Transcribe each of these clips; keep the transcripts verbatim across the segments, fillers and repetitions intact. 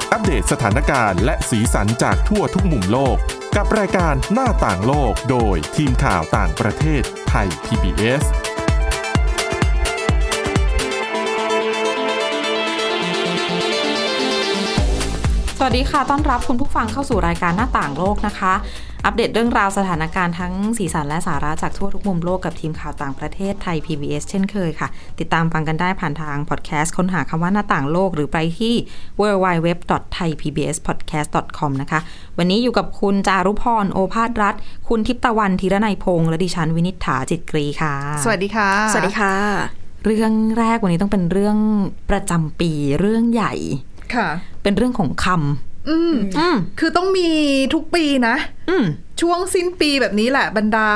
อัปเดตสถานการณ์และสีสันจากทั่วทุกมุมโลกกับรายการหน้าต่างโลกโดยทีมข่าวต่างประเทศไทย พี บี เอสสวัสดีค่ะต้อนรับคุณผู้ฟังเข้าสู่รายการหน้าต่างโลกนะคะอัปเดตเรื่องราวสถานการณ์ทั้งสีสันและสาระจากทั่วทุกมุมโลกกับทีมข่าวต่างประเทศไทย พี บี เอส เช่นเคยค่ะติดตามฟังกันได้ผ่านทางพอดแคสต์ค้นหาคำว่าหน้าต่างโลกหรือไปที่ ดับเบิลยู ดับเบิลยู ดับเบิลยู ดอท ไทย พี บี เอส พอดแคสต์ ดอท คอม นะคะวันนี้อยู่กับคุณจารุพรโอภาสรัตน์คุณทิพย์ตะวันธีรนัยพงษ์และดิฉันวินิษฐาจิตกรีค่ะสวัสดีค่ะสวัสดีค่ะเรื่องแรกวันนี้ต้องเป็นเรื่องประจำปีเรื่องใหญ่ค่ะเป็นเรื่องของคำอืมอืมคือต้องมีทุกปีนะอืมช่วงสิ้นปีแบบนี้แหละบรรดา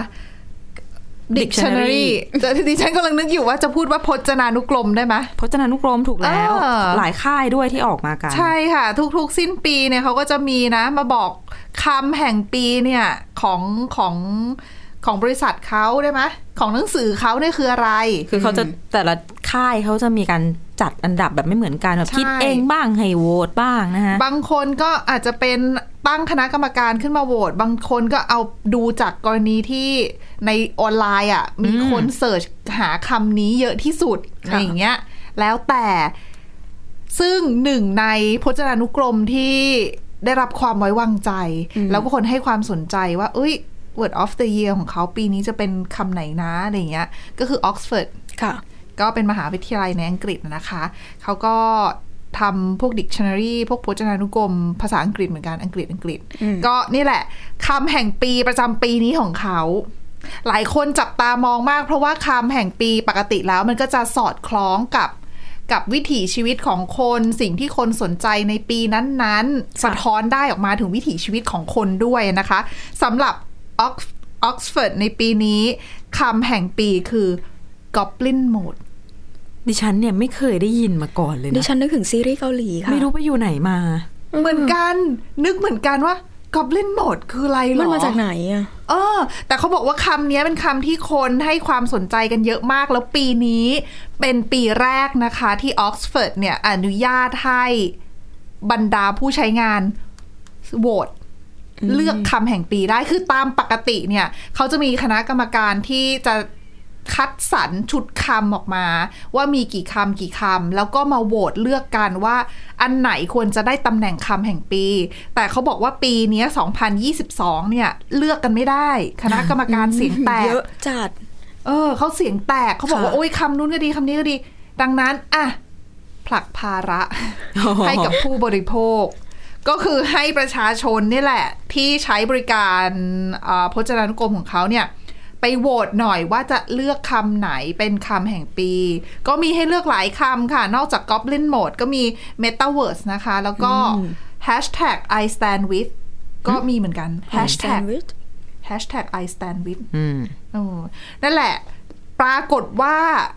Dictionary แต่ดิฉันกำลังนึกอยู่ว่าจะพูดว่าพจนานุกรมได้ไหมพจนานุกรมถูกแล้วหลายค่ายด้วยที่ออกมากันใช่ค่ะทุกๆสิ้นปีเนี่ยเขาก็จะมีนะมาบอกคำแห่งปีเนี่ยของของของบริษัทเขาได้ไหมของหนังสือเขาเนี่ยคืออะไรคือเขาจะแต่ละค่ายเขาจะมีการจัดอันดับแบบไม่เหมือนกันแบบคิดเองบ้างให้โหวตบ้างนะฮะบางคนก็อาจจะเป็นตั้งคณะกรรมการขึ้นมาโหวตบางคนก็เอาดูจากกรณีที่ในออนไลน์อ่ะมีคนเสิร์ชหาคำนี้เยอะที่สุดอะไรอย่างเงี้ยแล้วแต่ซึ่งหนึ่งในพจนานุกรมที่ได้รับความไว้วางใจแล้วก็คนให้ความสนใจว่าเอ้ยWord of the Year ของเขาปีนี้จะเป็นคำไหนนะอะไรเงี้ยก็คือ Oxford ค่ะก็เป็นมหาวิทยาลัยในอังกฤษนะคะเขาก็ทำพวก Dictionary พวกพจนานุกรมภาษาอังกฤษเหมือนกันอังกฤษอังกฤษก็นี่แหละคำแห่งปีประจำปีนี้ของเขาหลายคนจับตามองมากเพราะว่าคำแห่งปีปกติแล้วมันก็จะสอดคล้องกับกับวิถีชีวิตของคนสิ่งที่คนสนใจในปีนั้นๆสะท้อนได้ออกมาถึงวิถีชีวิตของคนด้วยนะคะสำหรับออกซฟอร์ดในปีนี้คำแห่งปีคือ Goblin Mode ดิฉันเนี่ยไม่เคยได้ยินมาก่อนเลยนะดิฉันนึกถึงซีรีส์เกาหลีค่ะไม่รู้ไปอยู่ไหนมาเหมือนกันนึกเหมือนกันว่า Goblin Mode คืออะไรหรอมันมาจากไหนอ่ะเออแต่เขาบอกว่าคำนี้เป็นคำที่คนให้ความสนใจกันเยอะมากแล้วปีนี้เป็นปีแรกนะคะที่ออกซฟอร์ดเนี่ยอนุญาตให้บรรดาผู้ใช้งานโหวตเลือกคำแห่งปีได้คือตามปกติเนี่ยเขาจะมีคณะกรรมการที่จะคัดสรรชุดคำออกมาว่ามีกี่คำกี่คำแล้วก็มาโหวตเลือกกันว่าอันไหนควรจะได้ตำแหน่งคำแห่งปีแต่เขาบอกว่าปีนี้สองพันยี่สิบสองเนี่ยเลือกกันไม่ได้คณะกรรมการเสียงแตกเยอะจัดเออเขาเสียงแตกเขาบอกว่าโอ้ยคำนู้นก็ดีคำนี้ก็ดีดังนั้นอ่ะผลักภาระให้กับผู้บริโภคก็คือให้ประชาชนนี่แหละที่ใช้บริการพจนานุกรมของเขาเนี่ยไปโหวตหน่อยว่าจะเลือกคำไหนเป็นคำแห่งปีก็มีให้เลือกหลายคำค่ะนอกจาก Goblin Mode ก็มี Metaverse นะคะแล้วก็ Hashtag I stand with ก็มีเหมือนกัน Hashtag Hashtag I stand with นั่นแหละปรากฏว่า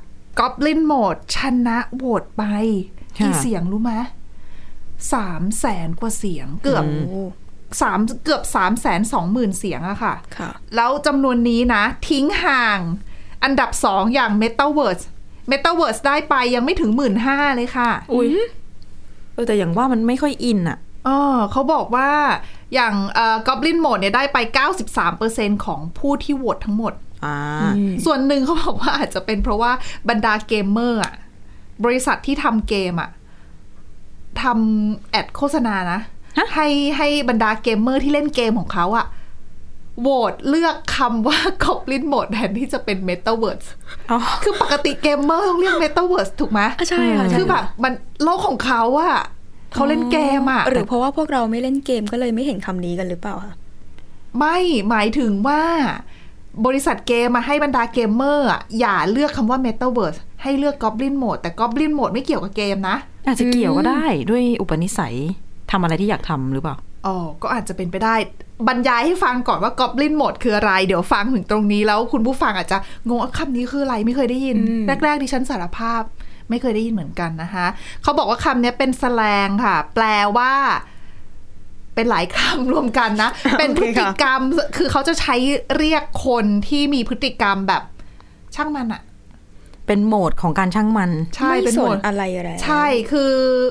Goblin Mode ชนะโหวตไปกี่เสียงรู้ไหมสามแสนกว่าเสียงเกือบสามเกือบสามแสนสองหมื่นเสียงอะค่ะแล้วจำนวนนี้นะทิ้งห่างอันดับสองอย่าง Metaverse Metaverse ได้ไปยังไม่ถึงหมื่นห้าเลยค่ะอุ้ยเออแต่อย่างว่ามันไม่ค่อยอินอะอ๋อเขาบอกว่าอย่างเอ่อ Goblin Mode เนี่ยได้ไป เก้าสิบสามเปอร์เซ็นต์ ของผู้ที่โหวตทั้งหมดอ่าส่วนหนึ่งเขาบอกว่าอาจจะเป็นเพราะว่าบรรดาเกมเมอร์อะบริษัทที่ทำเกมอะทำแอดโฆษณานะให้ให้บรรดาเกมเมอร์ที่เล่นเกมของเขาอะโหวตเลือกคำว่า Goblin Mode แทนที่จะเป็น Metaverse คือปกติเกมเมอร์ต้องเรียก Metaverse ถูกไหมใช่ค่ะคือแบบมันโลกของเขาอะเขาเล่นเกมอะหรือเพราะว่าพวกเราไม่เล่นเกมก็เลยไม่เห็นคำนี้กันหรือเปล่าคะไม่หมายถึงว่าบริษัทเกมมาให้บรรดาเกมเมอร์อะอย่าเลือกคำว่า Metaverse ให้เลือก Goblin Mode แต่ Goblin Mode ไม่เกี่ยวกับเกมนะอาจจะเกี่ยวก็ได้ด้วยอุปนิสัยทำอะไรที่อยากทำหรือเปล่าอ๋อก็อาจจะเป็นไปได้บรรยายให้ฟังก่อนว่า Goblin Mode คืออะไรเดี๋ยวฟังถึงตรงนี้แล้วคุณผู้ฟังอาจจะงงคำนี้คืออะไรไม่เคยได้ยินแรกๆดิฉันสารภาพไม่เคยได้ยินเหมือนกันนะคะเขาบอกว่าคำนี้เป็นแสแลงค่ะแปลว่าเป็นหลายคำรวมกันนะ เป็นพฤติกรรมคือเขาจะใช้เรียกคนที่มีพฤติกรรมแบบช่างมันอะเป็นโหมดของการช่างมันใช่เป็นโหมดอะไรอะไรใช่คือ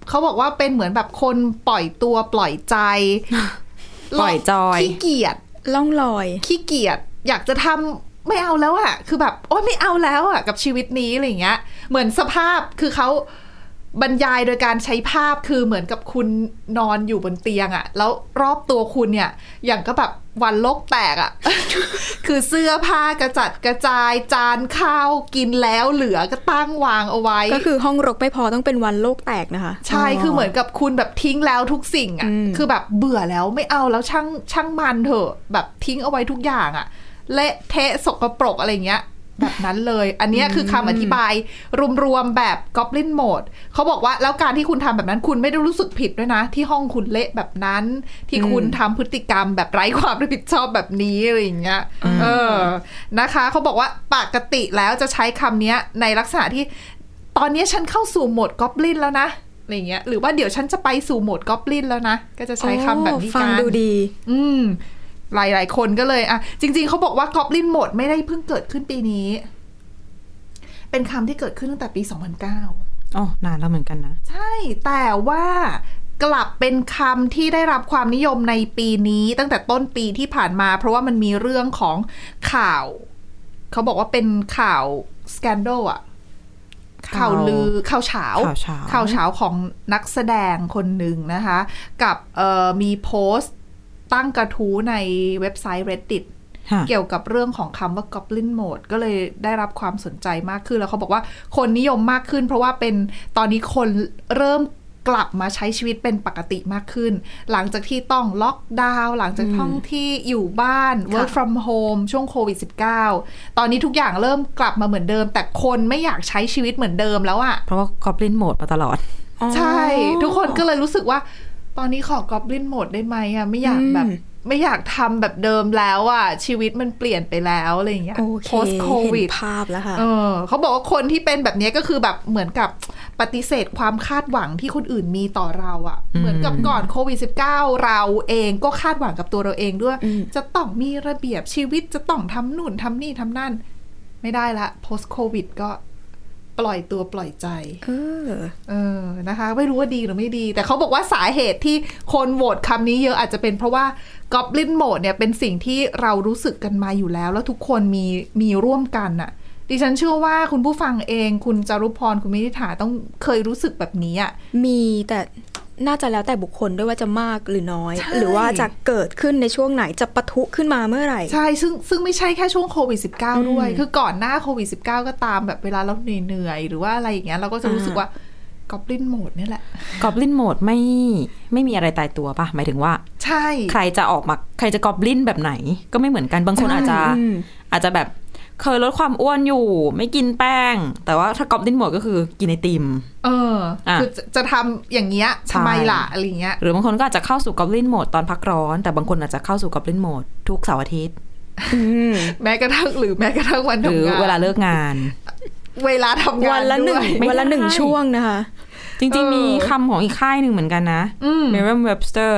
เขาบอกว่าเป็นเหมือนแบบคนปล่อยตัวปล่อยใจปล่อยจอยขี้เกียจล่องลอยขี้เกียจอยากจะทำไม่เอาแล้วอะคือแบบโอ๊ยไม่เอาแล้วอะกับชีวิตนี้อะไรเงี้ยเหมือนสภาพคือเขาบรรยายโดยการใช้ภาพคือเหมือนกับคุณนอนอยู่บนเตียงอะแล้วรอบตัวคุณเนี่ยอย่างก็แบบวันโลกแตกอะ คือเสื้อผ้ากระจัดกระจายจานข้าวกินแล้วเหลือก็ตั้งวางเอาไว้ก็คือห้องรกไม่พอต้องเป็นวันโลกแตกนะคะใช่คือเหมือนกับคุณแบบทิ้งแล้วทุกสิ่งอะคือแบบเบื่อแล้วไม่เอาแล้วช่างช่างมันเถอะแบบทิ้งเอาไว้ทุกอย่างอะเละเทะสกปรกอะไรเงี้ยแบบนั้นเลยอันนี้คือคำอธิบายรวมๆแบบ Goblin Mode เขาบอกว่าแล้วการที่คุณทำแบบนั้นคุณไม่ได้รู้สึกผิดด้วยนะที่ห้องคุณเละแบบนั้นที่คุณทำพฤติกรรมแบบไร้ความรับผิดชอบแบบนี้อะไรอย่างเงี้ยเออนะคะเขาบอกว่าปกติแล้วจะใช้คำนี้ในลักษณะที่ตอนนี้ฉันเข้าสู่โหมด Goblin แล้วนะอะไรเงี้ยหรือว่าเดี๋ยวฉันจะไปสู่โหมด Goblin แล้วนะก็จะใช้คำแบบนี้กันฟังดูดีอืมหลายๆคนก็เลยอ่ะจริงๆเขาบอกว่า Goblin Mode ไม่ได้เพิ่งเกิดขึ้นปีนี้เป็นคำที่เกิดขึ้นตั้งแต่ปีสองพันเก้าอ๋อนานแล้วเหมือนกันนะใช่แต่ว่ากลับเป็นคำที่ได้รับความนิยมในปีนี้ตั้งแต่ต้นปีที่ผ่านมาเพราะว่ามันมีเรื่องของข่าวเขาบอกว่าเป็นข่าวสแกนโดลอะข่าวลือข่าวเฉาข่าวเฉาของนักแสดงคนหนึ่งนะคะกับเอ่อมีโพสต์ตั้งกระทู้ในเว็บไซต์ Reddit เกี่ยวกับเรื่องของคำว่า Goblin Mode ก็เลยได้รับความสนใจมากขึ้นแล้วเขาบอกว่าคนนิยมมากขึ้นเพราะว่าเป็นตอนนี้คนเริ่มกลับมาใช้ชีวิตเป็นปกติมากขึ้นหลังจากที่ต้องล็อกดาวน์หลังจากท่องที่อยู่บ้าน work from home ช่วงโควิด สิบเก้า ตอนนี้ทุกอย่างเริ่มกลับมาเหมือนเดิมแต่คนไม่อยากใช้ชีวิตเหมือนเดิมแล้วอะเพราะว่า Goblin Mode มาตลอดใช่ทุกคนก็เลยรู้สึกว่าตอนนี้ขอ Goblin Mode ได้ไหมอะไม่อยากแบบไม่อยากทำแบบเดิมแล้วอ่ะชีวิตมันเปลี่ยนไปแล้วอะไรอย่างเงี้ย post covid ภาพแล้วค่ะเออเขาบอกว่าคนที่เป็นแบบนี้ก็คือแบบเหมือนกับปฏิเสธความคาดหวังที่คนอื่นมีต่อเราอ่ะเหมือนกับก่อนโควิด สิบเก้า เราเองก็คาดหวังกับตัวเราเองด้วยจะต้องมีระเบียบชีวิตจะต้องทำนู่นทำนี่ทำนั่นไม่ได้ละ post covid ก็ปล่อยตัวปล่อยใจเออเออนะคะไม่รู้ว่าดีหรือไม่ดีแต่เขาบอกว่าสาเหตุที่คนโหวตคำนี้เยอะอาจจะเป็นเพราะว่า Goblin Mode เนี่ยเป็นสิ่งที่เรารู้สึกกันมาอยู่แล้วแล้วทุกคนมีมีร่วมกันน่ะดิฉันเชื่อว่าคุณผู้ฟังเองคุณจารุพรคุณมินิษฐาต้องเคยรู้สึกแบบนี้อ่ะมีแต่น่าจะแล้วแต่บุคคลด้วยว่าจะมากหรือน้อยหรือว่าจะเกิดขึ้นในช่วงไหนจะปะทุขึ้นมาเมื่อไหร่ใช่ซึ่งซึ่งไม่ใช่แค่ช่วงโควิด สิบเก้า ด้วยคือก่อนหน้าโควิด สิบเก้า ก็ตามแบบเวลาเราเหนื่อยๆหรือว่าอะไรอย่างเงี้ยเราก็จะรู้สึกว่า Goblin Mode นี่แหละ Goblin Mode ไม่ไม่มีอะไรตายตัวป่ะหมายถึงว่าใช่ใครจะออกมาใครจะ Goblin แบบไหนก็ไม่เหมือนกันบางคนอาจจะอาจจะแบบเคยลดความอ้วนอยู่ไม่กินแป้งแต่ว่าถ้า Goblin Mode ก็คือกินไอติมเออคือจะทำอย่างเงี้ยทำไมล่ะอะไรเงี้ยหรือบางคนก็อาจจะเข้าสู่ Goblin Mode ตอนพักร้อนแต่บางคนอาจจะเข้าสู่ Goblin Mode ทุกเสาร์อาทิตย์แม้กระทั่งหรือแม้กระทั่งวันทำงานหรือเวลาเลิกงานเวลาทำงานวันละหนึ่งวันละหนึ่งช่วงนะคะจริงๆมีคำของอีกค่ายหนึ่งเหมือนกันนะ Merriam-Webster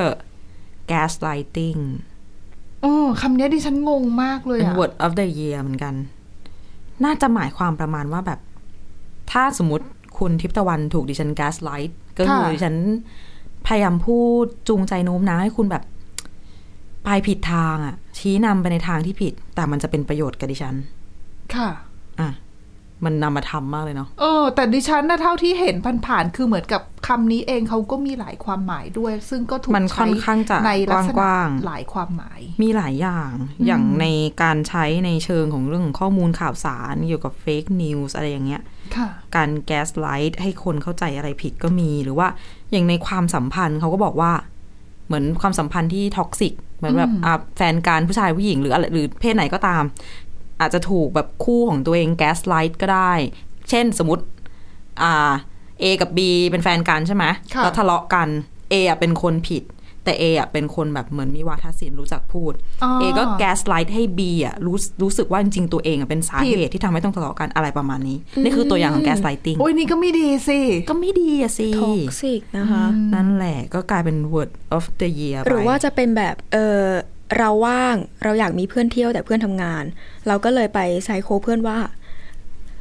gaslighting โอ้คำนี้ดิฉันงงมากเลยอะ word of the year เหมือนกันน่าจะหมายความประมาณว่าแบบถ้าสมมติคุณทิพย์ตะวันถูกดิฉัน gaslight ก็คือดิฉันพยายามพูดจูงใจโน้มน้าวให้คุณแบบไปผิดทางอะชี้นำไปในทางที่ผิดแต่มันจะเป็นประโยชน์กับดิฉันค่ะอ่ะมันนำมาทำมากเลยเนาะเออแต่ดิฉันนะเท่าที่เห็นผ่านๆคือเหมือนกับคำนี้เองเขาก็มีหลายความหมายด้วยซึ่งก็ถูกใช้ในลักษณะหลายความหมายมีหลายอย่างอย่างในการใช้ในเชิงของเรื่องของข้อมูลข่าวสารเกี่ยวกับเฟกนิวส์อะไรอย่างเงี้ยการแกสไลท์ให้คนเข้าใจอะไรผิดก็มีหรือว่าอย่างในความสัมพันธ์เขาก็บอกว่าเหมือนความสัมพันธ์ที่ท็อกซิกเหมือนแบบแฟนการผู้ชายผู้หญิงหรืออะไรหรือเพศไหนก็ตามอาจจะถูกแบบคู่ของตัวเองแกสไลท์ก็ได้เช่นสมมติอ่า A กับ B เป็นแฟนกันใช่ไหมแล้วทะเลาะกัน A อ่ะเป็นคนผิดแต่ A อ่ะเป็นคนแบบเหมือนมีวาทศิลป์รู้จักพูด A ก็แกสไลท์ให้ B อ่ะรู้รู้สึกว่าจริงๆตัวเองอ่ะเป็นสาเหตุที่ทำให้ต้องทะเลาะกันอะไรประมาณนี้นี่คือตัวอย่างของแกสไลท์ติ้งโอ้ยนี่ก็ไม่ดีสิก็ไม่ดีอ่ะสิท็อกซิกนะคะนั่นแหละก็กลายเป็น word of the year หรือว่าจะเป็นแบบเออเราว่างเราอยากมีเพื่อนเที่ยวแต่เพื่อนทำงานเราก็เลยไปไซโคเพื่อนว่า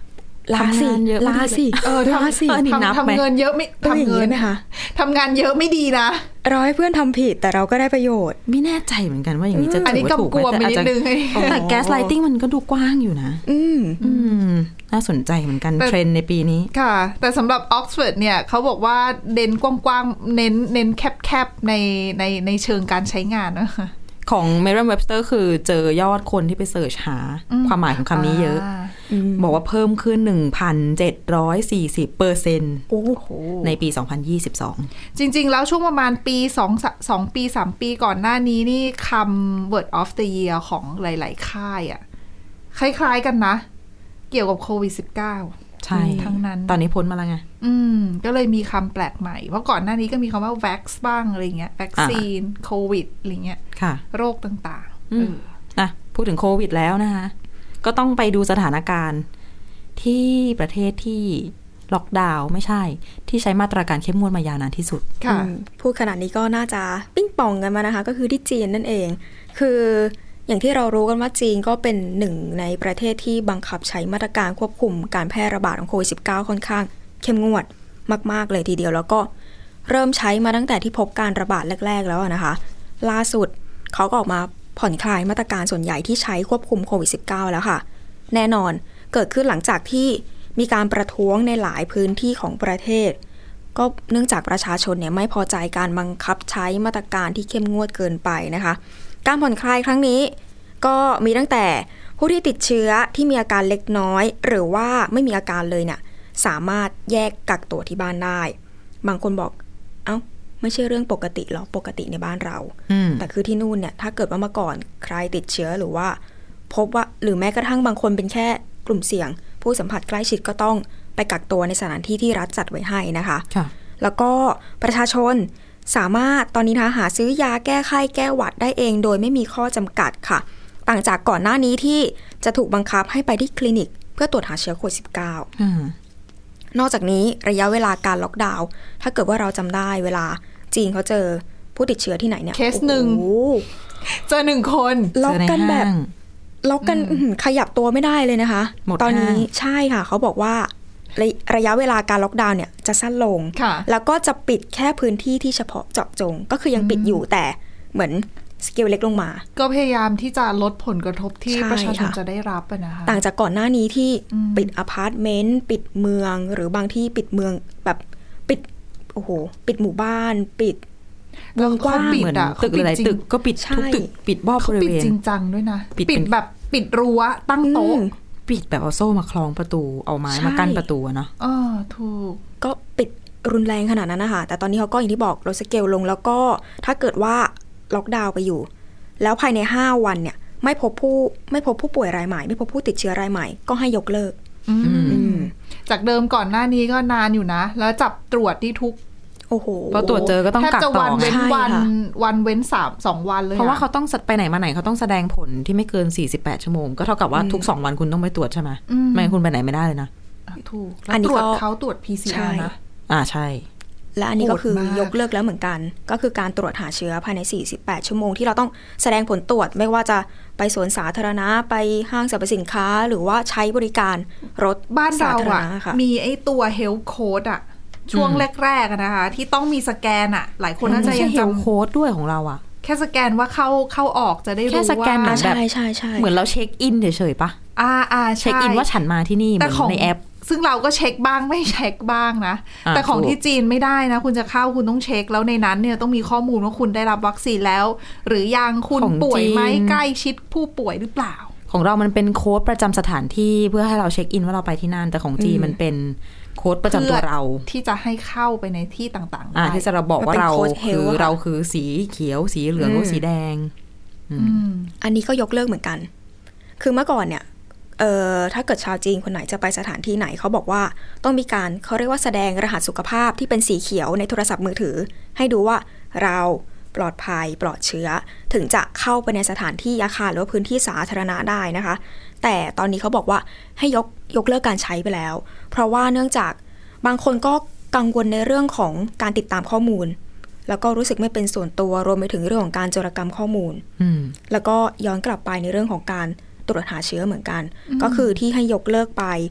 ลาสิลาสิเออทำสิทำทำเงินเยอะไม่ทำเงินไหมคะทำงานเยอะไม่ดีนะเราให้เพื่อนทำผิดแต่เราก็ได้ประโยชน์ไม่แน่ใจเหมือนกันว่าอย่างนี้จะอันนี้กำกวมไปนิดนึงแต่แก๊สไลติ้งมันก็ดูกว้างอยู่นะอืมอืมน่าสนใจเหมือนกันเทรนด์ในปีนี้ค่ะแต่สำหรับออกซฟอร์ดเนี่ยเขาบอกว่าเน้นกว้างๆเน้นเน้นแคบๆในในในเชิงการใช้งานนะคะของ Merriam-Webster คือเจอยอดคนที่ไปเสิร์ชหาความหมายของคำนี้เยอะบอกว่าเพิ่มขึ้น หนึ่งพันเจ็ดร้อยสี่สิบเปอร์เซ็นต์ ในปี สองพันยี่สิบสองจริงๆแล้วช่วงประมาณปี2 2ปีสามปีก่อนหน้านี้นี่คำ Word of the Year ของหลายๆค่ายอ่ะคล้ายๆกันนะเกี่ยวกับโควิด สิบเก้าใช่ทั้งนั้นตอนนี้พ้นมาแล้วไงอืมก็เลยมีคำแปลกใหม่เพราะก่อนหน้านี้ก็มีคำว่า vax บ้างอะไรเงี้ย วัคซีนโควิดอะไรเงี้ยโรคต่างๆอืมอ่ะพูดถึงโควิดแล้วนะคะก็ต้องไปดูสถานการณ์ที่ประเทศที่ล็อกดาวน์ไม่ใช่ที่ใช้มาตรการเข้มงวดมายาวนานที่สุดค่ะพูดขนาดนี้ก็น่าจะปิ้งป่องกันมานะคะก็คือที่จีนนั่นเองคืออย่างที่เรารู้กันว่าจีนก็เป็นหนึ่งในประเทศที่บังคับใช้มาตรการควบคุมการแพร่ระบาดของโควิด สิบเก้า ค่อนข้างเข้มงวดมากๆเลยทีเดียวแล้วก็เริ่มใช้มาตั้งแต่ที่พบการระบาดแรกๆแล้วนะคะล่าสุดเขาก็ออกมาผ่อนคลายมาตรการส่วนใหญ่ที่ใช้ควบคุมโควิด สิบเก้า แล้วค่ะแน่นอนเกิดขึ้นหลังจากที่มีการประท้วงในหลายพื้นที่ของประเทศก็เนื่องจากประชาชนเนี่ยไม่พอใจการบังคับใช้มาตรการที่เข้มงวดเกินไปนะคะการผ่อนคลายครั้งนี้ก็มีตั้งแต่ผู้ที่ติดเชื้อที่มีอาการเล็กน้อยหรือว่าไม่มีอาการเลยเนี่ยสามารถแยกกักตัวที่บ้านได้บางคนบอกเอ้าไม่ใช่เรื่องปกติหรอปกติในบ้านเราแต่คือที่นู่นเนี่ยถ้าเกิดว่าเมื่อก่อนใครติดเชื้อหรือว่าพบว่าหรือแม้กระทั่งบางคนเป็นแค่กลุ่มเสี่ยงผู้สัมผัสใกล้ชิดก็ต้องไปกักตัวในสถานที่ที่รัฐจัดไว้ให้นะคะแล้วก็ประชาชนสามารถตอนนี้นะคะหาซื้อยาแก้ไข้แก้หวัดได้เองโดยไม่มีข้อจำกัดค่ะต่างจากก่อนหน้านี้ที่จะถูกบังคับให้ไปที่คลินิกเพื่อตรวจหาเชื้อโควิด สิบเก้า นอกจากนี้ระยะเวลาการล็อกดาวน์ถ้าเกิดว่าเราจำได้เวลาจีนเขาเจอผู้ติดเชื้อที่ไหนเนี่ยเคสหนึ่งเจอหนึ่งคนล็อกกันแบบล็อกกันขยับตัวไม่ได้เลยนะคะตอนนี้ใช่ค่ะเขาบอกว่าระระยะเวลาการล็อกดาวน์เนี่ยจะสั้นลงแล้วก็จะปิดแค่พื้นที่ที่เฉพาะเจาะจงก็คือยังปิดอยู่แต่เหมือนสเกลเล็กลงมาก็พยายามที่จะลดผลกระทบที่ประชาชนจะได้รับนะคะต่างจากก่อนหน้านี้ที่ปิดอพาร์ตเมนต์ปิดเมืองหรือบางที่ปิดเมืองแบบปิดโอ้โหปิดหมู่บ้านปิดวงกว้างเหมือนตึกหลายตึกก็ปิดทุกตึกปิดรอบบริเวณปิดจริงจังด้วยนะปิดแบบปิดรั้วตั้งโต๊ะปิดแบบเอาโซ่มาคล้องประตูเอาไม้มากั้นประตูเนาะอ๋อถูกก็ปิดรุนแรงขนาดนั้นนะคะแต่ตอนนี้เขาก็อย่างที่บอกลดสเกลลงแล้วก็ถ้าเกิดว่าล็อกดาวน์ไปอยู่แล้วภายในห้าวันเนี่ยไม่พบผู้ไม่พบผู้ป่วยรายใหม่ไม่พบผู้ติดเชื้อรายใหม่ก็ให้ยกเลิกจากเดิมก่อนหน้านี้ก็นานอยู่นะแล้วจับตรวจที่ทุกโอ้โหพอตรวจเจอก็ต้องกักต่อวันเว้นวันวันเว้นสาม สองวันเลยเพราะว่าเขาต้องไปไหนมาไหนเขาต้องแสดงผลที่ไม่เกินสี่สิบแปดชั่วโมงก็เท่ากับว่าทุกสองวันคุณต้องไปตรวจใช่ไหมไม่งั้นคุณไปไหนไม่ได้เลยนะถูกแล้วตรวจเขาตรวจ พี ซี อาร์ นะอ่าใช่และอันนี้ก็คือยกเลิกแล้วเหมือนกันก็คือการตรวจหาเชื้อภายในสี่สิบแปดชั่วโมงที่เราต้องแสดงผลตรวจไม่ว่าจะไปสวนสาธารณะไปห้างสรรพสินค้าหรือว่าใช้บริการรถบ้านเราอ่ะมีไอ้ตัว Health Code อ่ะช่วงแรกๆนะคะที่ต้องมีสแกนอ่ะหลายคนน่าจะยังจำโค้ดด้วยของเราอ่ะแค่สแกนว่าเข้าเข้าออกจะได้รู้ว่าแค่สแกนเหมือนแบบเหมือนเราเช็คอินเฉยๆปะอ่าอ่าเช็คอินว่าฉันมาที่นี่เหมือนในแอปซึ่งเราก็เช็คบ้างไม่เช็คบ้างนะแต่ของที่จีนไม่ได้นะคุณจะเข้าคุณต้องเช็คแล้วในนั้นเนี่ยต้องมีข้อมูลว่าคุณได้รับวัคซีนแล้วหรือยังคุณป่วยไหมใกล้ชิดผู้ป่วยหรือเปล่าของเรามันเป็นโค้ดประจำสถานที่เพื่อให้เราเช็คอินว่าเราไปที่นั่นแต่ของจีนมันเป็นโค้ดประจำตัวเราที่จะให้เข้าไปในที่ต่างๆได้ที่จะเราบอกว่าเราคือเราคือสีเขียวสีเหลืองหรือสีแดงอันนี้ก็ยกเลิกเหมือนกันคือเมื่อก่อนเนี่ยเอ่อถ้าเกิดชาวจีนคนไหนจะไปสถานที่ไหนเขาบอกว่าต้องมีการเขาเรียกว่าแสดงรหัสสุขภาพที่เป็นสีเขียวในโทรศัพท์มือถือให้ดูว่าเราปลอดภัยปลอดเชื้อถึงจะเข้าไปในสถานที่อาคารหรือว่าพื้นที่สาธารณะได้นะคะแต่ตอนนี้เขาบอกว่าให้ยกยกเลิกการใช้ไปแล้วเพราะว่าเนื่องจากบางคนก็กังวลในเรื่องของการติดตามข้อมูลแล้วก็รู้สึกไม่เป็นส่วนตัวรวมไปถึงเรื่องของการโจรกรรมข้อมูลแล้วก็ย้อนกลับไปในเรื่องของการตรวจหาเชื้อเหมือนกันก็คือที่ให้ยกเลิกไป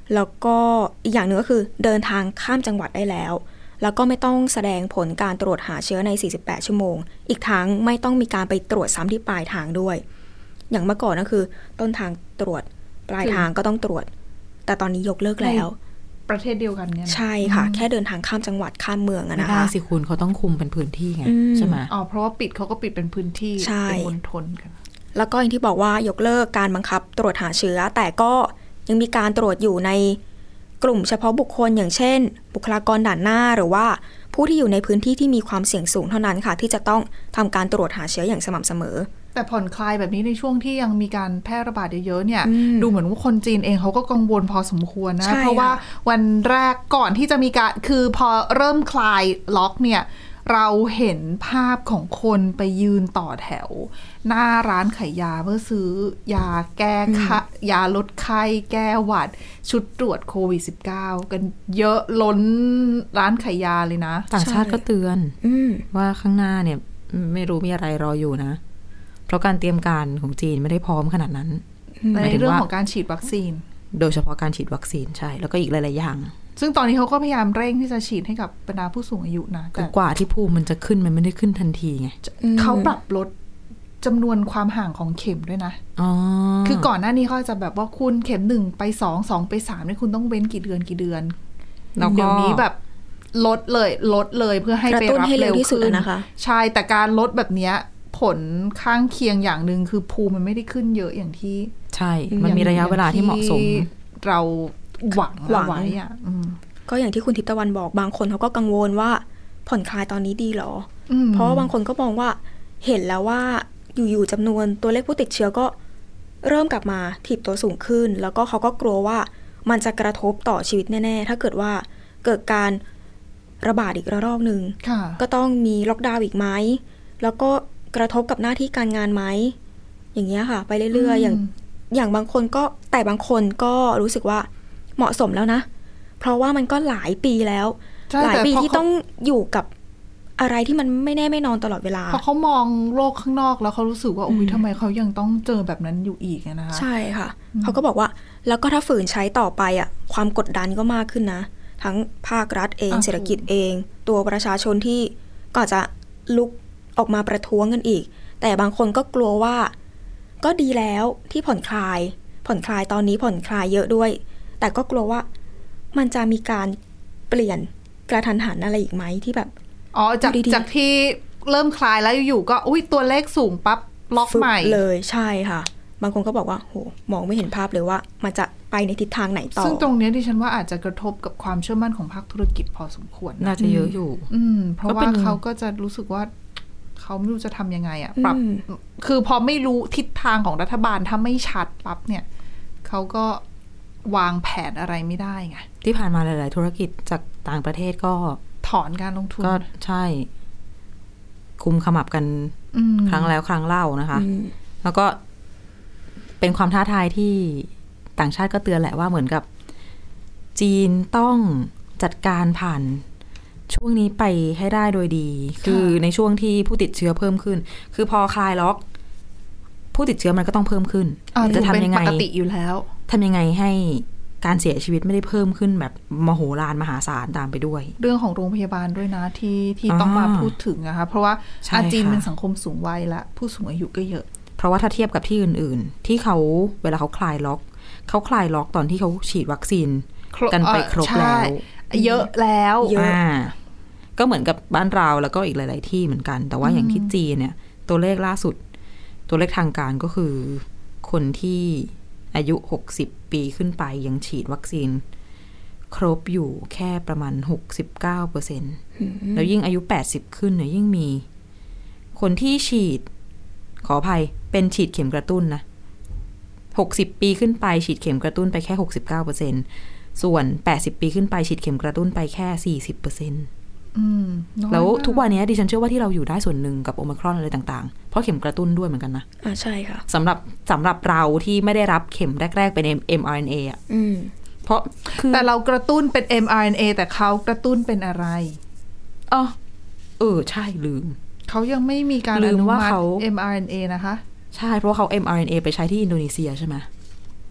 แล้วก็อีกอย่างหนึ่งก็คือเดินทางข้ามจังหวัดได้แล้วแล้วก็ไม่ต้องแสดงผลการตรวจหาเชื้อในสี่สิบแปดชั่วโมงอีกทั้งไม่ต้องมีการไปตรวจซ้ำที่ปลายทางด้วยอย่างเมื่อก่อนก็คือต้นทางตรวจปลายทางก็ต้องตรวจแต่ตอนนี้ยกเลิกแล้วประเทศเดียวกันเนี่ยใช่ค่ะแค่เดินทางข้ามจังหวัดข้ามเมืองอะนะคะไม่ได้สิคุณเขาต้องคุมเป็นพื้นที่ไงใช่ไหมอ๋อเพราะว่าปิดเขาก็ปิดเป็นพื้นที่เป็นมณฑลกันแล้วก็อย่างที่บอกว่ายกเลิกการบังคับตรวจหาเชื้อแต่ก็ยังมีการตรวจอยู่ในกลุ่มเฉพาะบุคคลอย่างเช่นบุคลากรด่านหน้าหรือว่าผู้ที่อยู่ในพื้นที่ที่มีความเสี่ยงสูงเท่านั้นค่ะที่จะต้องทำการตรวจหาเชื้ออย่างสม่ำเสมอแต่ผ่อนคลายแบบนี้ในช่วงที่ยังมีการแพร่ระบาดเยอะๆเนี่ยดูเหมือนว่าคนจีนเองเขาก็กังวลพอสมควรนะเพราะว่าวันแรกก่อนที่จะมีการคือพอเริ่มคลายล็อกเนี่ยเราเห็นภาพของคนไปยืนต่อแถวหน้าร้านขายยาเพื่อซื้อยาแก้ยาลดไข้แก้หวัดชุดตรวจโควิด สิบเก้า กันเยอะล้นร้านขายยาเลยนะต่างชาติก็เตือนว่าข้างหน้าเนี่ยไม่รู้มีอะไรรออยู่นะเพราะการเตรียมการของจีนไม่ได้พร้อมขนาดนั้นในเรื่องของการฉีดวัคซีนโดยเฉพาะการฉีดวัคซีนใช่แล้วก็อีกหลายๆอย่างซึ่งตอนนี้เขาก็พยายามเร่งที่จะฉีดให้กับบรรดาผู้สูงอายุนะแต่กว่าที่ภูมิมันจะขึ้นมันไม่ได้ขึ้นทันทีไงเขาปรับลดจำนวนความห่างของเข็มด้วยนะอ๋อคือก่อนหน้านี้เขาจะแบบว่าคุณเข็มหนึ่งไปสองสองไปสามนี่คุณต้องเว้นกี่เดือนกี่เดือนเดี๋ยวนี้แบบลดเลยลดเลยเพื่อให้ไปรับเร็วขึ้นนะคะใช่แต่การลดแบบนี้ผลข้างเคียงอย่างหนึ่งคือภูมิมันไม่ได้ขึ้นเยอะอย่างที่ใช่มันมีระยะเวลาที่เหมาะสมเราหวังไว้อ่ะก็อย่างที่คุณทิพย์ตะวันบอกบางคนเขาก็กังวลว่าผ่อนคลายตอนนี้ดีหรอเพราะบางคนก็มองว่าเห็นแล้วว่าอยู่ๆจำนวนตัวเลขผู้ติดเชื้อก็เริ่มกลับมาถีบตัวสูงขึ้นแล้วก็เขาก็กลัวว่ามันจะกระทบต่อชีวิตแน่ๆถ้าเกิดว่าเกิดการระบาดอีกระลอกนึงก็ต้องมีล็อกดาวน์อีกไหมแล้วก็กระทบกับหน้าที่การงานไหมอย่างเงี้ยค่ะไปเรื่อยๆอย่างอย่างบางคนก็แต่บางคนก็รู้สึกว่าเหมาะสมแล้วนะเพราะว่ามันก็หลายปีแล้วหลายปีที่ต้องอยู่กับอะไรที่มันไม่แน่ไม่นอนตลอดเวลาเพราะเขามองโลกข้างนอกแล้วเขารู้สึกว่าโอ้ยทำไมเขายังต้องเจอแบบนั้นอยู่อีกนะคะใช่ค่ะเขาก็บอกว่าแล้วก็ถ้าฝืนใช้ต่อไปอ่ะความกดดันก็มากขึ้นนะทั้งภาครัฐเองเศรษฐกิจเองตัวประชาชนที่ก็จะลุกออกมาประท้วงกันอีกแต่บางคนก็กลัวว่าก็ดีแล้วที่ผ่อนคลายผ่อนคลายตอนนี้ผ่อนคลายเยอะด้วยแต่ก็กลัวว่ามันจะมีการเปลี่ยนกระทันหันอะไรอีกไหมที่แบบอ๋อจากจากที่เริ่มคลายแล้วอยู่ก็อุ้ยตัวเลขสูงปั๊บล็อกใหม่เลยใช่ค่ะบางคนก็บอกว่าโหมองไม่เห็นภาพเลยว่ามันจะไปในทิศทางไหนต่อซึ่งตรงนี้ดิฉันว่าอาจจะกระทบกับความเชื่อมั่นของภาคธุรกิจพอสมควรน่าจะเยอะอยู่อืมเพราะว่าเขาก็จะรู้สึกว่าเขาไม่รู้จะทำยังไงอ่ะปรับคือพอไม่รู้ทิศทางของรัฐบาลถ้าไม่ชัดปั๊บเนี่ยเขาก็วางแผนอะไรไม่ได้ไงที่ผ่านมาหลายๆธุรกิจจากต่างประเทศก็ถอนการลงทุนก็ใช่คุมขมับกันครั้งแล้วครั้งเล่านะคะแล้วก็เป็นความท้าทายที่ต่างชาติก็เตือนแหละว่าเหมือนกับจีนต้องจัดการผ่านช่วงนี้ไปให้ได้โดยดีคือในช่วงที่ผู้ติดเชื้อเพิ่มขึ้นคือพอคลายล็อกผู้ติดเชื้อมันก็ต้องเพิ่มขึ้นจะทำยังไงปกติอยู่แล้วทำยังไงให้การเสียชีวิตไม่ได้เพิ่มขึ้นแบบมโหฬารมหาศาลตามไปด้วยเรื่องของโรงพยาบาลด้วยนะที่ที่ต้องมาพูดถึงนะคะเพราะว่าอาจีนเป็นสังคมสูงวัยและผู้สูงอายุก็เยอะเพราะว่าถ้าเทียบกับที่อื่นๆที่เขาเวลาเขาคลายล็อกเขาคลายล็อกตอนที่เขาฉีดวัคซีนกันไปครบแล้วเยอะแล้วเยอะก็เหมือนกับบ้านเราแล้วก็อีกหลายๆที่เหมือนกันแต่ว่าอย่างที่จีนเนี่ยตัวเลขล่าสุดตัวเลขทางการก็คือคนที่อายุหกสิบปีขึ้นไปยังฉีดวัคซีนครบอยู่แค่ประมาณ หกสิบเก้าเปอร์เซ็นต์ แล้วยิ่งอายุแปดสิบขึ้นเนี่ยยิ่งมีคนที่ฉีดขออภัยเป็นฉีดเข็มกระตุ้นนะหกสิบปีขึ้นไปฉีดเข็มกระตุ้นไปแค่ หกสิบเก้าเปอร์เซ็นต์ ส่วนแปดสิบปีขึ้นไปฉีดเข็มกระตุ้นไปแค่ สี่สิบเปอร์เซ็นต์ แล้วทุกวันนี้ดิฉันเชื่อว่าที่เราอยู่ได้ส่วนหนึ่งกับโอไมครอนอะไรต่างๆเพราะเข็มกระตุ้นด้วยเหมือนกันนะอ่าใช่ค่ะสำหรับสำหรับเราที่ไม่ได้รับเข็มแรกๆเป็น เอ็ม อาร์ เอ็น เอ อ่ะเพราะคือแต่เรากระตุ้นเป็น เอ็ม อาร์ เอ็น เอ แต่เขากระตุ้นเป็นอะไรอ๋อเออใช่ลืมเขายังไม่มีการอนุมัติ เอ็ม อาร์ เอ็น เอ นะคะใช่เพราะว่าเขา เอ็ม อาร์ เอ็น เอ ไปใช้ที่อินโดนีเซียใช่ไหม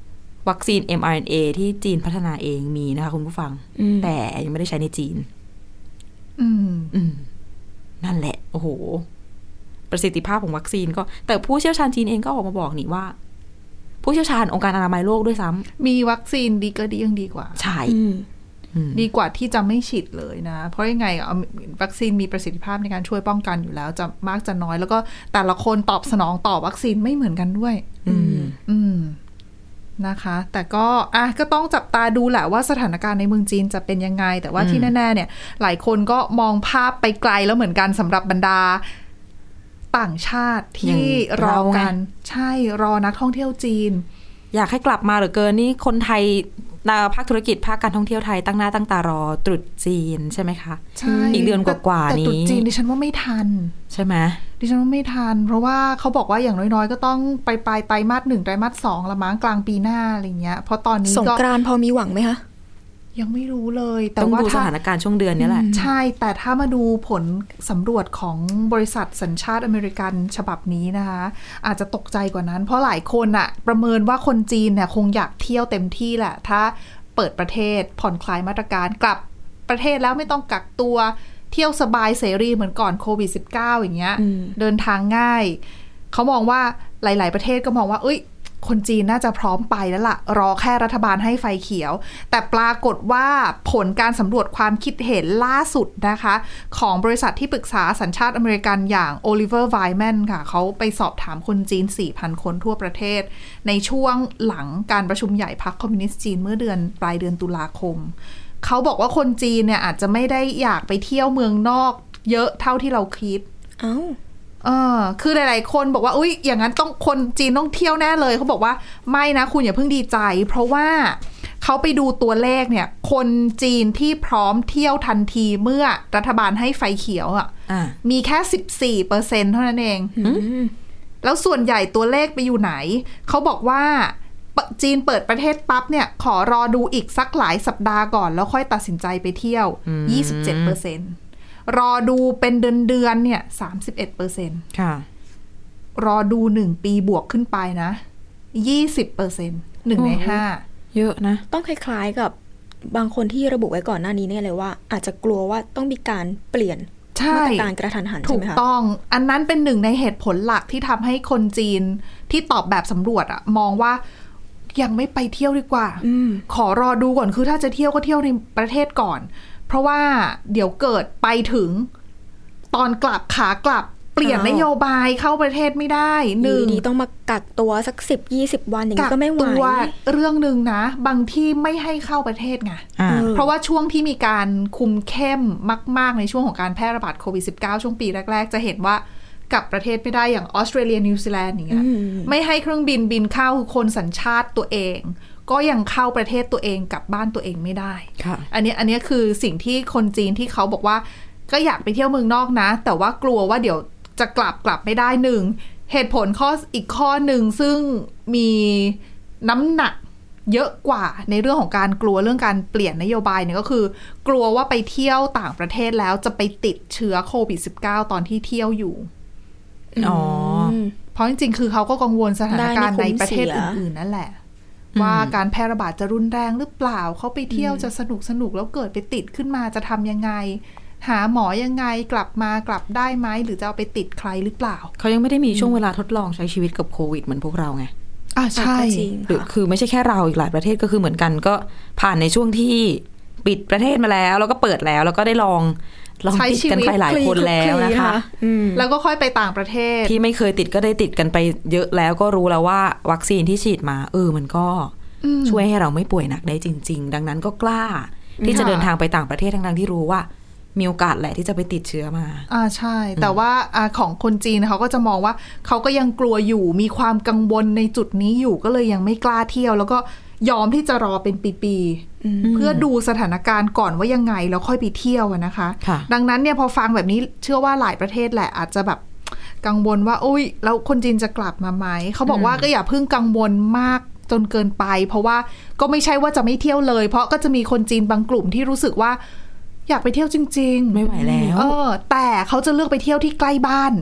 วัคซีน เอ็ม อาร์ เอ็น เอ ที่จีนพัฒนาเองมีนะคะคุณผู้ฟังแต่ยังไม่ได้ใช้ในจีนอืมอืมนั่นแหละโอ้โหประสิทธิภาพของวัคซีนก็แต่ผู้เชี่ยวชาญจีนเองก็ออกมาบอกนี่ว่าผู้เชี่ยวชาญองค์การอนามัยโลกด้วยซ้ำมีวัคซีนดีก็ดียังดีกว่าใช่ดีกว่าที่จะไม่ฉีดเลยนะเพราะยังไงวัคซีนมีประสิทธิภาพในการช่วยป้องกันอยู่แล้วจะมากจะน้อยแล้วก็แต่ละคนตอบสนองต่อวัคซีนไม่เหมือนกันด้วยอืมอืมนะคะแต่ก็อ่ะก็ต้องจับตาดูแหละว่าสถานการณ์ในเมืองจีนจะเป็นยังไงแต่ว่าที่แน่ๆเนี่ยหลายคนก็มองภาพไปไกลแล้วเหมือนกันสำหรับบรรดาต่างชาติที่รอกันใช่รอนักท่องเที่ยวจีนอยากให้กลับมาเหลือเกินนี่คนไทยภาคธุรกิจภาคการท่องเที่ยวไทยตั้งหน้าตั้งตารอตรุษจีนใช่ไหมคะใช่อีกเดือนกว่าๆนี้แต่ตรุษจีนดิฉันว่าไม่ทันใช่ไหมดิฉันว่าไม่ทันเพราะว่าเขาบอกว่าอย่างน้อยๆก็ต้องไปปลายไตรมาสหนึ่งไตรมาสสองละมั้งกลางปีหน้าอะไรเงี้ยเพราะตอนนี้สงกรานต์พอมีหวังไหมคะยังไม่รู้เลยแต่ว่าดูสถานการณ์ช่วงเดือนนี้แหละใช่แต่ถ้ามาดูผลสำรวจของบริษัทสัญชาติอเมริกันฉบับนี้นะคะอาจจะตกใจกว่านั้นเพราะหลายคนอะประเมินว่าคนจีนเนี่ยคงอยากเที่ยวเต็มที่แหละถ้าเปิดประเทศผ่อนคลายมาตรการกลับประเทศแล้วไม่ต้องกักตัวเที่ยวสบายเสรีเหมือนก่อนโควิด สิบเก้า อย่างเงี้ยเดินทางง่ายเขามองว่าหลายๆประเทศก็มองว่าเอ้ยคนจีนน่าจะพร้อมไปแล้วล่ะรอแค่รัฐบาลให้ไฟเขียวแต่ปรากฏว่าผลการสำรวจความคิดเห็นล่าสุดนะคะของบริษัทที่ปรึกษาสัญชาติอเมริกันอย่าง Oliver Wyman ค่ะเขาไปสอบถามคนจีน สี่พัน คนทั่วประเทศในช่วงหลังการประชุมใหญ่พรรคคอมมิวนิสต์จีนเมื่อเดือนปลายเดือนตุลาคมเขาบอกว่าคนจีนเนี่ยอาจจะไม่ได้อยากไปเที่ยวเมืองนอกเยอะเท่าที่เราคิดเอ้าเออคือหลายๆคนบอกว่าอุ๊ยอย่างนั้นต้องคนจีนต้องเที่ยวแน่เลยเขาบอกว่าไม่นะคุณอย่าเพิ่งดีใจเพราะว่าเขาไปดูตัวเลขเนี่ยคนจีนที่พร้อมเที่ยวทันทีเมื่อรัฐบาลให้ไฟเขียวอ่ะมีแค่ สิบสี่เปอร์เซ็นต์ เท่านั้นเองแล้วส่วนใหญ่ตัวเลขไปอยู่ไหนเขาบอกว่าจีนเปิดประเทศปั๊บเนี่ยขอรอดูอีกสักหลายสัปดาห์ก่อนแล้วค่อยตัดสินใจไปเที่ยว ยี่สิบเจ็ดเปอร์เซ็นต์รอดูเป็นเดือนเดือนเนี่ย สามสิบเอ็ดเปอร์เซ็นต์ค่ะรอดูหนึ่งปีบวกขึ้นไปนะ ยี่สิบเปอร์เซ็นต์ หนึ่งในห้าเยอะนะต้องคล้ายๆกับบางคนที่ระบุไว้ก่อนหน้านี้เนี่ยเลยว่าอาจจะกลัวว่าต้องมีการเปลี่ยนมาตรการกระทันหันใช่ไหมคะถูกต้องอันนั้นเป็นหนึ่งในเหตุผลหลักที่ทำให้คนจีนที่ตอบแบบสำรวจอะมองว่ายังไม่ไปเที่ยวดีกว่าขอรอดูก่อนคือถ้าจะเที่ยวก็เที่ยวในประเทศก่อนเพราะว่าเดี๋ยวเกิดไปถึงตอนกลับขากลับเปลี่ยนนโยบายเข้าประเทศไม่ได้หนึ่งดีต้องมากักตัวสักสิบยี่สิบวันอย่างนี้ก็ไม่ไหวกักตัวเรื่องนึงนะบางที่ไม่ให้เข้าประเทศไงเพราะว่าช่วงที่มีการคุมเข้มมากๆในช่วงของการแพร่ระบาดโควิด สิบเก้า ช่วงปีแรกๆจะเห็นว่ากลับประเทศไม่ได้อย่างออสเตรเลียนิวซีแลนด์อย่างเงี้ยไม่ให้เครื่องบินบินเข้าคือคนสัญชาติตัวเองก็ยังเข้าประเทศตัวเองกลับบ้านตัวเองไม่ได้อันนี้อันนี้คือสิ่งที่คนจีนที่เขาบอกว่าก็อยากไปเที่ยวเมืองนอกนะแต่ว่ากลัวว่าเดี๋ยวจะกลับกลับไม่ได้หนึ่งเหตุผลข้ออีกข้อหนึ่งซึ่งมีน้ำหนักเยอะกว่าในเรื่องของการกลัวเรื่องการเปลี่ยนนโยบายเนี่ยก็คือกลัวว่าไปเที่ยวต่างประเทศแล้วจะไปติดเชื้อโควิด สิบเก้า ตอนที่เที่ยวอยู่อ๋อเพราะจริงๆคือเขาก็กังวลสถานการณ์ในประเทศอื่นๆนั่นแหละว่าการแพร่ระบาดจะรุนแรงหรือเปล่าเขาไปเที่ยวจะสนุกสนุกแล้วเกิดไปติดขึ้นมาจะทำยังไงหาหมอยังไงกลับมากลับได้ไหมหรือจะเอาไปติดใครหรือเปล่าเขายังไม่ได้มีช่วงเวลาทดลองใช้ชีวิตกับโควิดเหมือนพวกเราไงอ่าใช่หรือคือไม่ใช่แค่เราอีกหลายประเทศก็คือเหมือนกันก็ผ่านในช่วงที่ปิดประเทศมาแล้วแล้วก็เปิดแล้วแล้วก็ได้ลองลองติดกันไปหลายคนแล้วนะคะแล้วก็ค่อยไปต่างประเทศที่ไม่เคยติดก็ได้ติดกันไปเยอะแล้วก็รู้แล้วว่าวัคซีนที่ฉีดมาเออมันก็ช่วยให้เราไม่ป่วยหนักได้จริงๆดังนั้นก็กล้าที่จะเดินทางไปต่างประเทศทั้งๆที่รู้ว่ามีโอกาสแหละที่จะไปติดเชื้อมาอ่าใช่แต่ว่าอ่าของคนจีนเขาก็จะมองว่าเขาก็ยังกลัวอยู่มีความกังวลในจุดนี้อยู่ก็เลยยังไม่กล้าเที่ยวแล้วก็ยอมที่จะรอเป็นปีๆเพื่อดูสถานการณ์ก่อนว่ายังไงแล้วค่อยไปเที่ยวนะคะดังนั้นเนี่ยพอฟังแบบนี้เชื่อว่าหลายประเทศแหละอาจจะแบบกังวลว่าอุ้ยแล้วคนจีนจะกลับมาไหมเขาบอกว่าก็อย่าเพิ่งกังวลมากจนเกินไปเพราะว่าก็ไม่ใช่ว่าจะไม่เที่ยวเลยเพราะก็จะมีคนจีนบางกลุ่มที่รู้สึกว่าอยากไปเที่ยวจริงๆไม่ไหวแล้วเออแต่เขาจะเลือกไปเที่ยวที่ใกล้บ้าน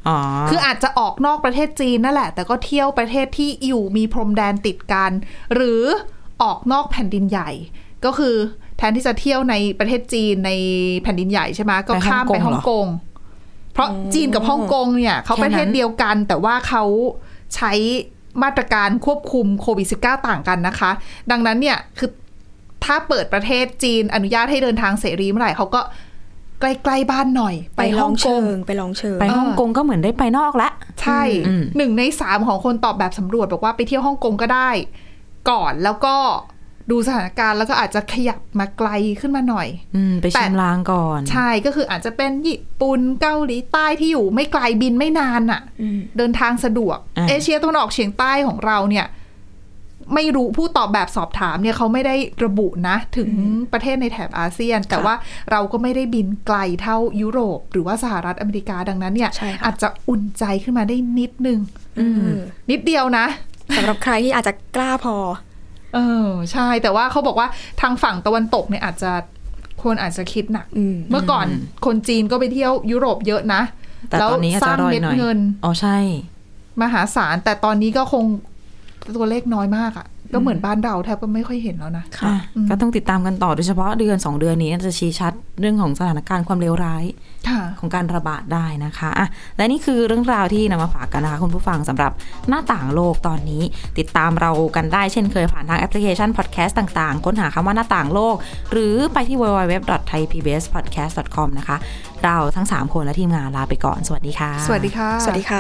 อ๋อคืออาจจะออกนอกประเทศจีนนั่นแหละแต่ก็เที่ยวประเทศที่อยู่มีพรมแดนติดกันหรือออกนอกแผ่นดินใหญ่ก็คือแทนที่จะเที่ยวในประเทศจีนในแผ่นดินใหญ่ใช่ไหมก็ข้ามไปฮ่องกงเพราะจีนกับฮ่องกงเนี่ยเขาประเทศเดียวกันแต่ว่าเขาใช้มาตรการควบคุมโควิด สิบเก้า ต่างกันนะคะดังนั้นเนี่ยคือถ้าเปิดประเทศจีนอนุญาตให้เดินทางเสรีเมื่อไหร่เขาก็ใกล้ๆบ้านหน่อยไปฮ่องกงไปลองเชิงไปฮ่องกงก็เหมือนได้ไปนอกละใช่หนึ่งในสามของคนตอบแบบสำรวจบอกว่าไปเที่ยวฮ่องกงก็ได้ก่อนแล้วก็ดูสถานการณ์แล้วก็อาจจะขยับมาไกลขึ้นมาหน่อยอืมไปชิมลางก่อนใช่ก็คืออาจจะเป็นญี่ปุ่นเกาหลีใต้ที่อยู่ไม่ไกลบินไม่นานอ่ะเดินทางสะดวกเอเชียตะวันออกเฉียงใต้ของเราเนี่ยไม่รู้ผู้ตอบแบบสอบถามเนี่ยเขาไม่ได้ระบุนะถึงประเทศในแถบอาเซียนแต่ว่าเราก็ไม่ได้บินไกลเท่ายุโรปหรือว่าสหรัฐอเมริกาดังนั้นเนี่ยอาจจะอุ่นใจขึ้นมาได้นิดนึงนิดเดียวนะสำหรับใครที่อาจจะกล้าพอเออใช่แต่ว่าเขาบอกว่าทางฝั่งตะวันตกเนี่ยอาจจะคนอาจจะคิดหนักเมื่อก่อนคนจีนก็ไปเที่ยวยุโรปเยอะนะแต่ตอนนี้อาจจะร่อยหน่อยอ๋อใช่มหาศาลแต่ตอนนี้ก็คงตัวเลขน้อยมากอ่ะก็เหมือนบ้านเราแทบก็ไม่ค่อยเห็นแล้วนะค่ะก็ต้องติดตามกันต่อโดยเฉพาะเดือนสองเดือนนี้จะชี้ชัดเรื่องของสถานการณ์ความเลวร้ายของการระบาดได้นะคะอ่ะและนี่คือเรื่องราวที่นำมาฝากกันนะคะคุณผู้ฟังสำหรับหน้าต่างโลกตอนนี้ติดตามเรากันได้เช่นเคยผ่านทางแอปพลิเคชันพอดแคสต์ต่างๆค้นหาคำว่าหน้าต่างโลกหรือไปที่ ดับเบิลยู ดับเบิลยู ดับเบิลยู ดอท ไทย พี บี เอส พอดแคสต์ ดอท คอม นะคะเราทั้งสามคนและทีมงานลาไปก่อนสวัสดีค่ะสวัสดีค่ะสวัสดีค่ะ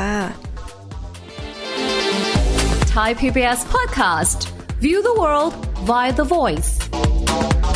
Thai พี บี เอส Podcast View the world via the voice